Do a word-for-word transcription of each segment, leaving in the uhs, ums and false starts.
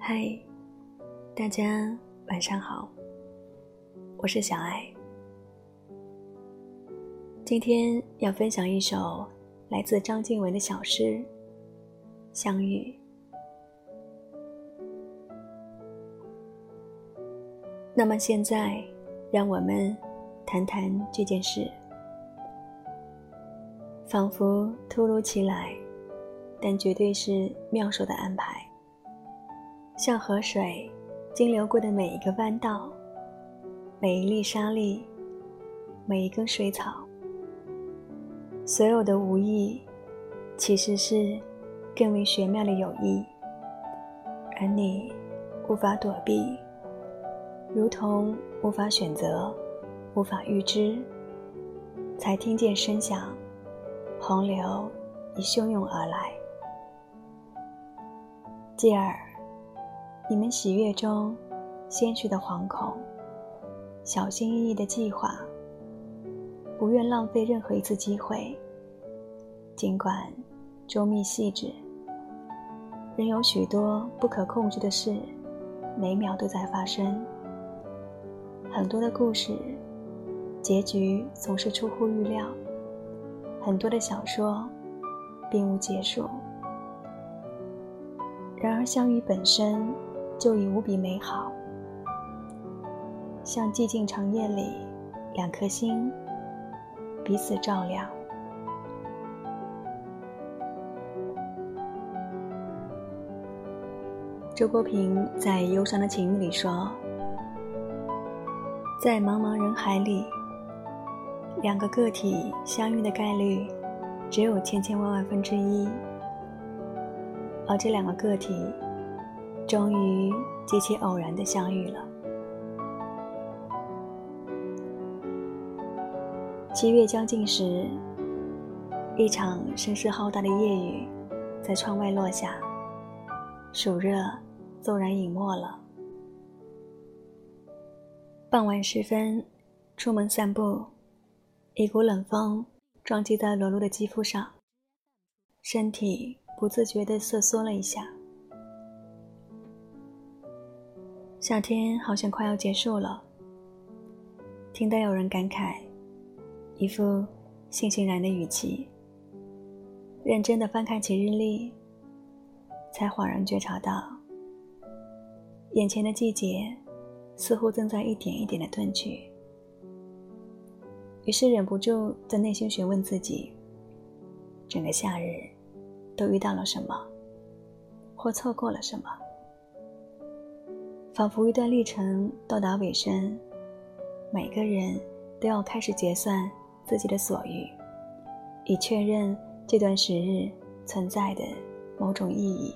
嗨，大家晚上好，我是小爱。今天要分享一首来自张静雯的小诗《相遇》。那么现在，让我们谈谈这件事。仿佛突如其来，但绝对是妙手的安排。像河水经流过的每一个弯道，每一粒沙粒，每一根水草，所有的无意其实是更为玄妙的有意，而你无法躲避，如同无法选择，无法预知。才听见声响，洪流已汹涌而来。继而你们喜悦中些许的惶恐，小心翼翼的计划，不愿浪费任何一次机会。尽管周密细致，仍有许多不可控制的事每秒都在发生。很多的故事结局总是出乎预料，很多的小说并无结束。然而相遇本身就已无比美好，像寂静长夜里两颗心彼此照亮。周国平在《忧伤的情欲》里说，在茫茫人海里，两个个体相遇的概率只有千千万万分之一，而这两个个体终于极其偶然地相遇了。七月将近时，一场声势浩大的夜雨在窗外落下，暑热骤然隐没了。傍晚时分，出门散步，一股冷风撞击在裸露的肌肤上，身体不自觉地瑟缩了一下。夏天好像快要结束了，听到有人感慨，一副悻悻然的语气。认真地翻开起日历，才恍然觉察到，眼前的季节似乎正在一点一点地褪去。于是忍不住在内心询问自己，整个夏日都遇到了什么，或错过了什么。仿佛一段历程到达尾声，每个人都要开始结算自己的所欲，以确认这段时日存在的某种意义。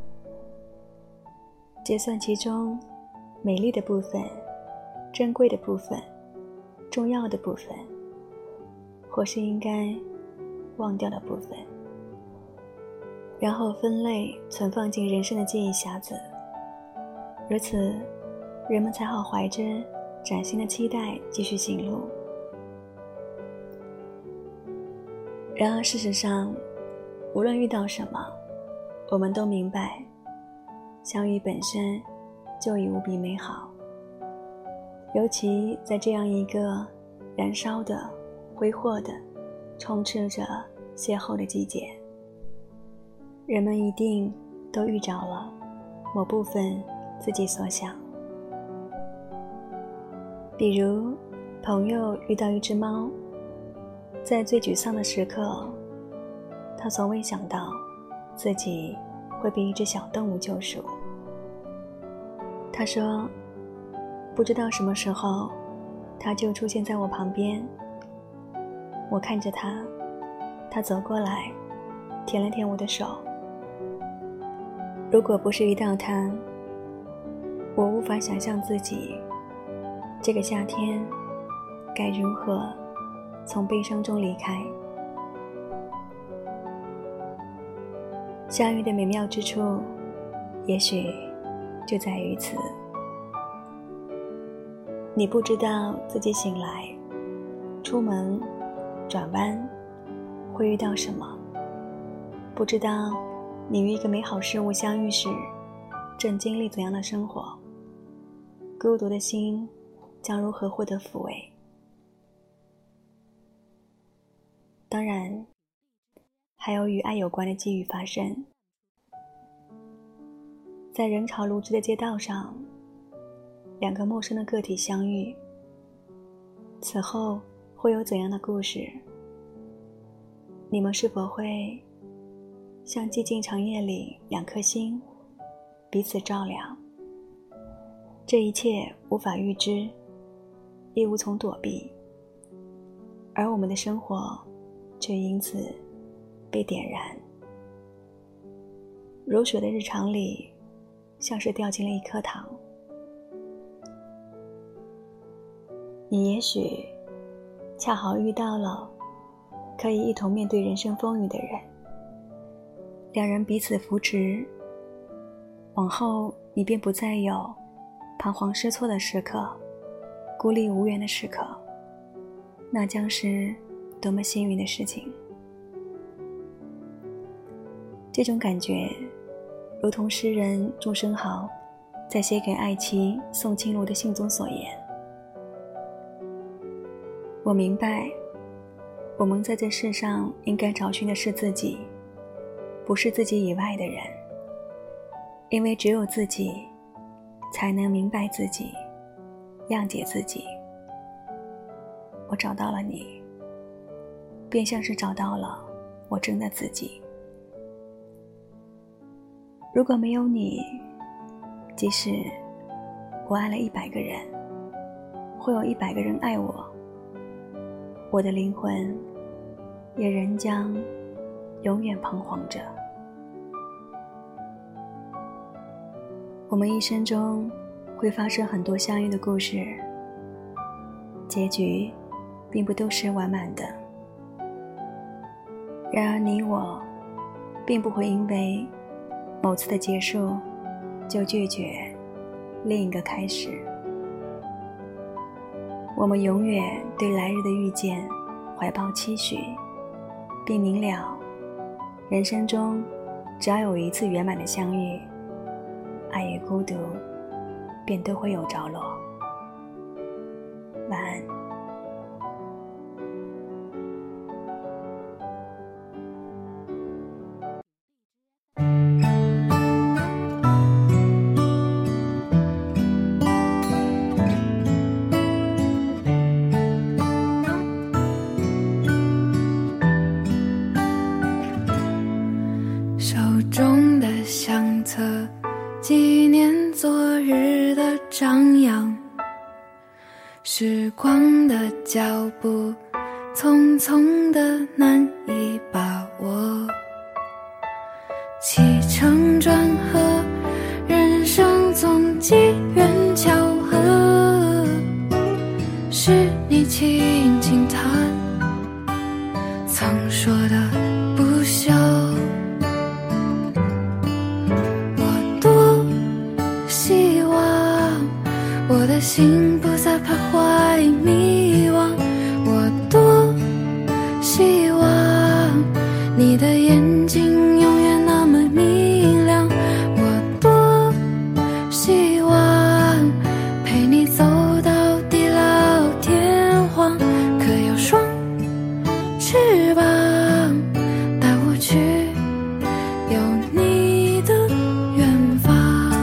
结算其中美丽的部分，珍贵的部分，重要的部分，或是应该忘掉的部分，然后分类存放进人生的记忆匣子。如此，人们才好怀着崭新的期待继续行路。然而事实上，无论遇到什么，我们都明白，相遇本身就已无比美好。尤其在这样一个燃烧的、挥霍的、充斥着邂逅的季节，人们一定都遇着了某部分自己所想。比如朋友遇到一只猫，在最沮丧的时刻，他从未想到自己会被一只小动物救赎。他说，不知道什么时候他就出现在我旁边，我看着他，他走过来舔了舔我的手。如果不是遇到他，我无法想象自己这个夏天该如何从悲伤中离开。相遇的美妙之处，也许就在于此。你不知道自己醒来、出门、转弯会遇到什么，不知道你与一个美好事物相遇时正经历怎样的生活？孤独的心将如何获得抚慰？当然，还有与爱有关的机遇发生。在人潮如织的街道上，两个陌生的个体相遇，此后会有怎样的故事？你们是否会像寂静长夜里两颗心，彼此照亮？这一切无法预知，亦无从躲避，而我们的生活却因此被点燃。如水的日常里，像是掉进了一颗糖。你也许恰好遇到了可以一同面对人生风雨的人，两人彼此扶持，往后你便不再有彷徨失措的时刻，孤立无援的时刻，那将是多么幸运的事情。这种感觉如同诗人祝生豪在写给爱妻宋清如的信中所言，我明白我们在这世上应该找寻的是自己，不是自己以外的人，因为只有自己才能明白自己，谅解自己。我找到了你，便像是找到了我真的自己。如果没有你，即使我爱了一百个人，会有一百个人爱我，我的灵魂也仍将永远彷徨着。我们一生中会发生很多相遇的故事，结局并不都是完满的。然而你我并不会因为某次的结束就拒绝另一个开始。我们永远对来日的遇见怀抱期许，并明了人生中只要有一次圆满的相遇，爱与孤独便都会有着落。晚安。 手中的相册纪念昨日的张扬，时光的脚步匆匆的难以把握，起承转合，人生总机缘巧合，是你轻轻弹曾说的不朽。我的心不再徘徊迷惘，我多希望你的眼睛永远那么明亮，我多希望陪你走到地老天荒，可有双翅膀带我去有你的远方。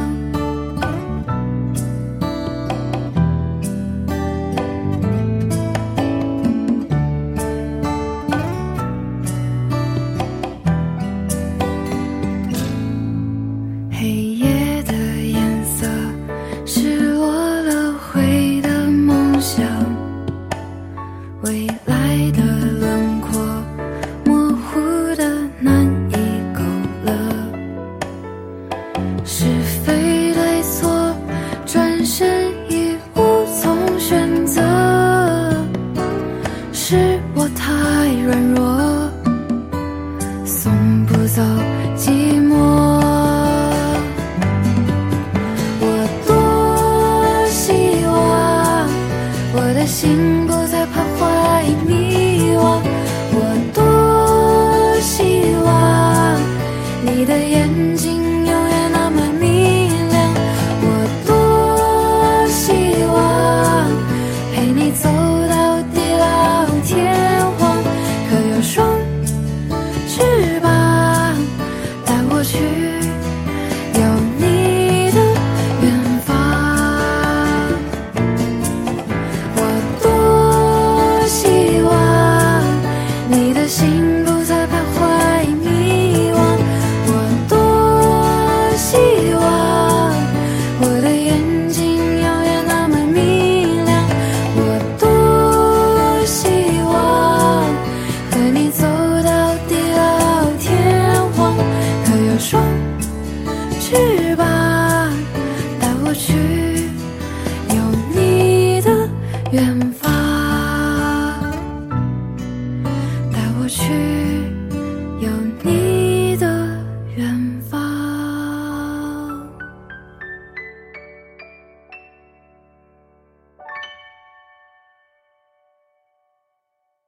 未来的轮廓模糊的难以勾勒，是非对错转身已无从选择，是我太软弱送不走寂寞。我多希望我的心不再徘徊迷惘，我多希望你的眼睛永远那么明亮。 远方，带我去